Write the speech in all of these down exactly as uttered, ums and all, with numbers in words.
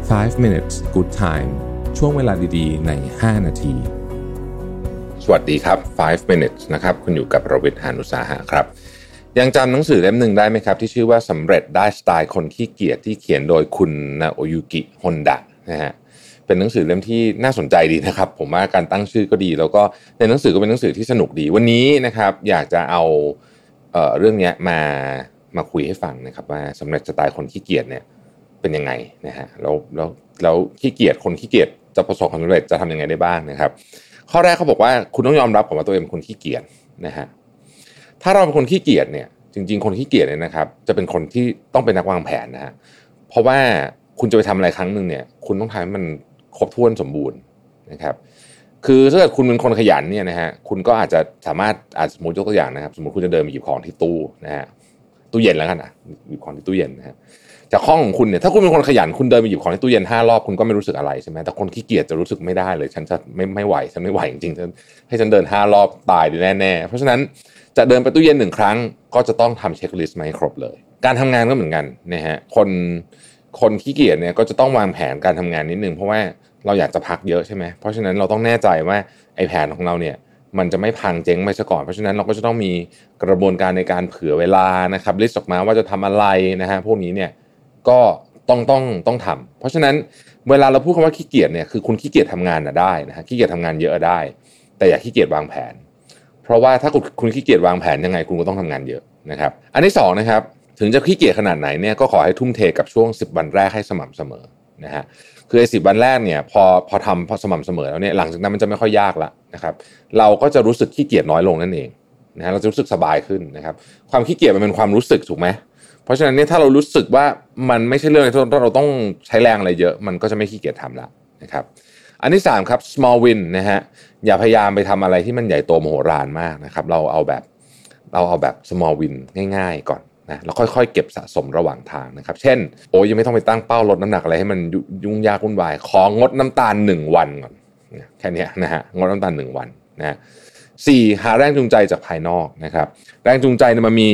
five minutes good time ช่วงเวลาดีๆในห้านาทีสวัสดีครับ five minutes นะครับคุณอยู่กับรวิทย์ หาญอุตสาหะครับยังจำหนังสือเล่มหนึ่งได้ไหมครับที่ชื่อว่าสำเร็จได้สไตล์คนขี้เกียจที่เขียนโดยคุณนาโอยุกิฮอนดะนะฮะเป็นหนังสือเล่มที่น่าสนใจดีนะครับผมว่าการตั้งชื่อก็ดีแล้วก็ในหนังสือก็เป็นหนังสือที่สนุกดีวันนี้นะครับอยากจะเอาเอ่อเรื่องนี้มามาคุยให้ฟังนะครับว่าสำเร็จสไตล์คนขี้เกียจเนี่ยเป็นยังไงนะฮะแล้วแล้วแล้วขี้เกียจคนขี้เกียจจะประสบความสำเร็จจะทำยังไงได้บ้างนะครับข้อแรกเขาบอกว่าคุณต้องยอมรับก่อนว่าตัวเองเป็นคนขี้เกียจนะฮะถ้าเราเป็นคนขี้เกียจเนี่ยจริงๆคนขี้เกียจเนี่ยนะครับจะเป็นคนที่ต้องเป็นนักวางแผนนะฮะเพราะว่าคุณจะไปทำอะไรครั้งนึงเนี่ยคุณต้องทำให้มันครบถ้วนสมบูรณ์นะครับคือถ้าเกิดคุณเป็นคนขยันเนี่ยนะฮะคุณก็อาจจะสามารถอาจสมมติยกตัวอย่างนะครับสมมติคุณจะเดินไปหยิบของที่ตู้นะฮะตู้เย็นแล้วกันนะหยิบของที่ตู้เย็นนะฮะจากห้องของคุณเนี่ยถ้าคุณเป็นคนขยันคุณเดินไปหยิบของในตู้เย็นห้ารอบคุณก็ไม่รู้สึกอะไรใช่ไหมแต่คนขี้เกียจจะรู้สึกไม่ได้เลยฉันจะไม่ไม่ไหวฉันไม่ไหวจริงๆให้ฉันเดินห้ารอบตายดีแน่ๆเพราะฉะนั้นจะเดินไปตู้เย็นหนึ่งครั้งก็จะต้องทำเช็คลิสต์มาให้ครบเลยการทำงานก็เหมือนกันนะฮะคนคนขี้เกียจเนี่ยก็จะต้องวางแผนการทำงานนิดนึงเพราะว่าเราอยากจะพักเยอะใช่ไหมเพราะฉะนั้นเราต้องแน่ใจว่าไอ้แผนของเราเนี่ยมันจะไม่พังเจ๊งไปซะก่อนเพราะฉะนั้นเราก็จะต้องมีกระบวนการในการเผื่อเวลานะครับลิสต์ออกมาว่าจะทำอะไรนะฮะพวกนี้เนี่ยก็ต้องต้องต้องทำเพราะฉะนั้นเวลาเราพูดคำว่าขี้เกียจเนี่ยคือคุณขี้เกียจทำงานน่ะได้นะฮะขี้เกียจทำงานเยอะได้แต่อย่าขี้เกียจวางแผนเพราะว่าถ้าคุณคุณขี้เกียจวางแผนยังไงคุณก็ต้องทำงานเยอะนะครับอันที่สองนะครับถึงจะขี้เกียจขนาดไหนเนี่ยก็ขอให้ทุ่มเทกับช่วงสิบวันแรกให้สม่ำเสมอนะฮะคือไอ้สิบวันแรกเนี่ยพอพอทำพอสม่ำเสมอแล้วเนี่ยหลังจากนั้นมันจะไม่ค่อยยากละนะครับเราก็จะรู้สึกขี้เกียจน้อยลงนั่นเองนะฮะเราจะรู้สึกสบายขึ้นนะครับความขี้เกียจมันเป็นความรู้สึกถูกไหมเพราะฉะนั้นเนี่ยถ้าเรารู้สึกว่ามันไม่ใช่เรื่องที่เราต้องใช้แรงอะไรเยอะมันก็จะไม่ขี้เกียจทำละนะครับอันที่สามครับ small win นะฮะอย่าพยายามไปทำอะไรที่มันใหญ่โตมโหฬารมากนะครับเราเอาแบบเราเอาแบบ small win ง่ายๆก่อนนะแล้วค่อยๆเก็บสะสมระหว่างทางนะครับเช่นโอ้ยยังไม่ต้องไปตั้งเป้าลดน้ำหนักอะไรให้มันยุ่งยากวุ่นวายของดน้ำตาลหนึ่งวันก่อนแค่นี้นะฮะงดน้ำตาลหนึ่งวันนะสี่หาแรงจูงใจจากภายนอกนะครับแรงจูงใจเนี่ยมันมี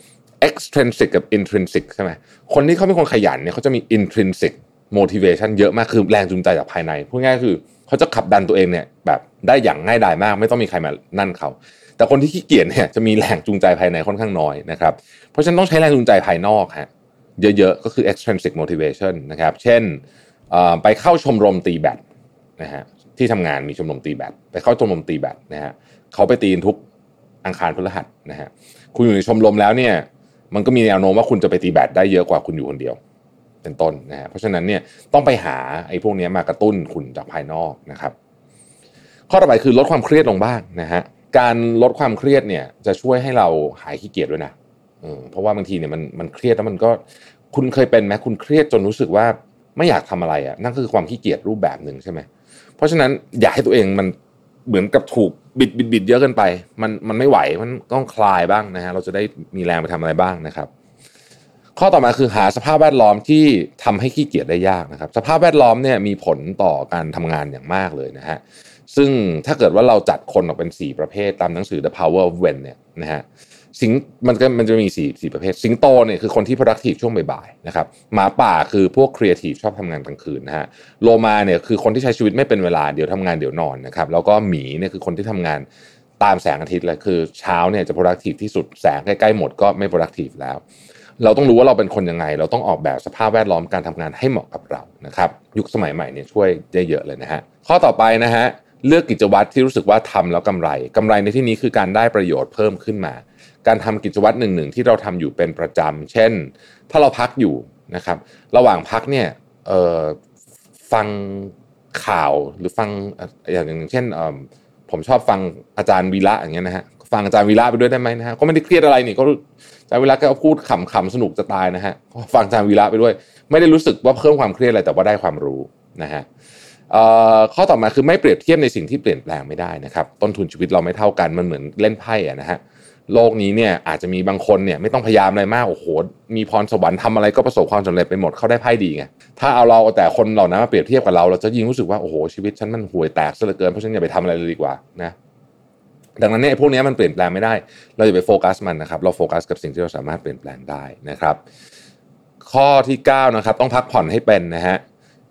extrinsic กับ intrinsic ใช่ไหมคนที่เขาเป็นคนขยันเนี่ยเขาจะมี intrinsic motivation เยอะมากคือแรงจูงใจจากภายในพูดง่ายคือเขาจะขับดันตัวเองเนี่ยแบบได้อย่างง่ายดายมากไม่ต้องมีใครมานั่นเขาแต่คนที่ขี้เกียจเนี่ยจะมีแรงจูงใจภายในค่อนข้างน้อยนะครับเพราะฉะนั้นต้องใช้แรงจูงใจภายนอกฮะเยอะๆก็คือ extrinsic motivation นะครับเช่นไปเข้าชมรมตีแบดนะฮะที่ทำงานมีชมรมตีแบดไปเข้าชมรมตีแบดนะฮะเขาไปตีทุกอังคารพฤหัสนะฮะคุณอยู่ในชมรมแล้วเนี่ยมันก็มีแนวโน้มว่าคุณจะไปตีแบดได้เยอะกว่าคุณอยู่คนเดียวเป็นต้นนะฮะเพราะฉะนั้นเนี่ยต้องไปหาไอ้พวกนี้มากระตุ้นคุณจากภายนอกนะครับข้อต่อไปคือลดความเครียดลงบ้างนะฮะการลดความเครียดเนี่ยจะช่วยให้เราหายขี้เกียจด้วยนะเออเพราะว่าบางทีเนี่ยมันมันเครียดแล้วมันก็คุณเคยเป็นไหมคุณเครียดจนรู้สึกว่าไม่อยากทำอะไรอ่ะนั่นคือความขี้เกียจรูปแบบหนึ่งใช่ไหมเพราะฉะนั้นอย่าให้ตัวเองมันเหมือนกับถูกบิดบิดบิดเยอะเกินไปมันมันไม่ไหวมันต้องคลายบ้างนะฮะเราจะได้มีแรงไปทำอะไรบ้างนะครับข้อต่อมาคือหาสภาพแวดล้อมที่ทำให้ขี้เกียจได้ยากนะครับสภาพแวดล้อมเนี่ยมีผลต่อการทำงานอย่างมากเลยนะฮะซึ่งถ้าเกิดว่าเราจัดคนออกเป็นสี่ประเภทตามหนังสือ The Power of When เนี่ยนะฮะสิงมันก็มันจะมีสี่ สี่ประเภทสิงโตเนี่ยคือคนที่ productive ช่วงบ่ายๆนะครับหมาป่าคือพวก creative ชอบทำงานกลางคืนนะฮะโลมาเนี่ยคือคนที่ใช้ชีวิตไม่เป็นเวลาเดี๋ยวทำงานเดี๋ยวนอนนะครับแล้วก็หมีเนี่ยคือคนที่ทำงานตามแสงอาทิตย์เลยคือเช้าเนี่ยจะ productive ที่สุดแสงใกล้ๆหมดก็ไม่ productive แล้วเราต้องรู้ว่าเราเป็นคนยังไงเราต้องออกแบบสภาพแวดล้อมการทำงานให้เหมาะกับเรานะครับยุคสมัยใหม่เนี่ยช่วยได้เยอะเลยนะฮะข้อต่อไปนะฮะเลือกกิจวัตรที่รู้สึกว่าทำแล้วกำไรกำไรในที่นี้คือการได้ประโยชน์เพิ่มขึ้นมาการทำกิจวัตรหนึ่งๆที่เราทำอยู่เป็นประจำเช่นถ้าเราพักอยู่นะครับระหว่างพักเนี่ยเอ่อฟังข่าวหรือฟังอย่างเช่นผมชอบฟังอาจารย์วีระอย่างเงี้ยนะฮะฟังอาจารย์วีระไปด้วยได้ไหมนะฮะก็ไม่ได้เครียดอะไรนี่ก็อาจารย์วีระก็พูดขำๆสนุกจะตายนะฮะฟังอาจารย์วีระไปด้วยไม่ได้รู้สึกว่าเพิ่มความเครียดอะไรแต่ว่าได้ความรู้นะฮะข้อต่อมาคือไม่เปรียบเทียบในสิ่งที่เปลี่ยนแปลงไม่ได้นะครับต้นทุนชีวิตเราไม่เท่ากันมันเหมือนเล่นไพ่อะนะฮะโลกนี้เนี่ยอาจจะมีบางคนเนี่ยไม่ต้องพยายามอะไรมากโอ้โหมีพรสวรรค์ทำอะไรก็ประสบความสำเร็จไปหมดเขาได้ไพ่ดีไงถ้าเอาเราแต่คนเหล่านั้นมาเปรียบเทียบกับเราเราจะยิ่งรู้สึกว่าโอ้โหชีวิตฉันมันห่วยแตกซะเหลือเกินเพราะฉะนั้นอย่าไปทำอะไรเลยดีกว่านะดังนั้นเนี่ยพวกนี้มันเปลี่ยนแปลงไม่ได้เราอย่าไปโฟกัสมันนะครับเราโฟกัสกับสิ่งที่เราสามารถเปลี่ยนแปลงได้นะครับข้อที่เก้านะครับต้องพักผ่อนให้เป็นนะฮะ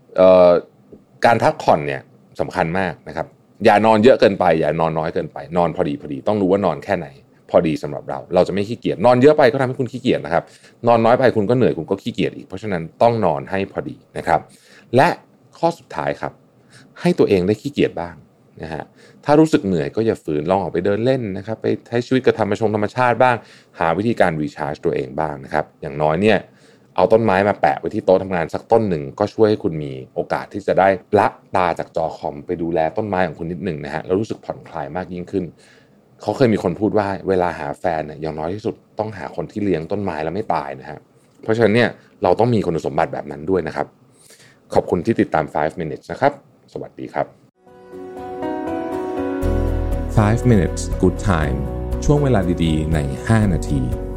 เอ่อการพักผ่อนเนี่ยสำคัญมากนะครับอย่านอนเยอะเกินไปอย่านอนน้อยเกินไปนอนพอดีพอดีต้องรู้ว่านอนแค่ไหนพอดีสำหรับเราเราจะไม่ขี้เกียจนอนเยอะไปก็ทำให้คุณขี้เกียจนะครับนอนน้อยไปคุณก็เหนื่อยคุณก็ขี้เกียจอีกเพราะฉะนั้นต้องนอนให้พอดีนะครับและข้อสุดท้ายครับให้ตัวเองได้ขี้เกียจบ้างนะฮะถ้ารู้สึกเหนื่อยก็อย่าฝืนลองออกไปเดินเล่นนะครับไปใช้ชีวิตกับธรรมชมธรรมชาติบ้างหาวิธีการรีชาร์จตัวเองบ้างนะครับอย่างน้อยเนี่ยเอาต้นไม้มาแปะไว้ที่โต๊ะทำงานสักต้นหนึ่งก็ช่วยให้คุณมีโอกาสที่จะได้ละตาจากจอคอมไปดูแลต้นไม้ของคุณนิดหนึ่งนะฮะแล้วรู้สึกผ่อนคลายมากยิ่งขึ้นเขาเคยมีคนพูดว่าเวลาหาแฟนเนี่ยอย่างน้อยที่สุดต้องหาคนที่เลี้ยงต้นไม้แล้วไม่ตายนะฮะเพราะฉะนั้นเนี่ยเราต้องมีคุณสมบัติแบบนั้นด้วยนะครับขอบคุณที่ติดตามไฟว์ minutes นะครับสวัสดีครับไฟว์ minutes good time ช่วงเวลาดีๆในห้านาที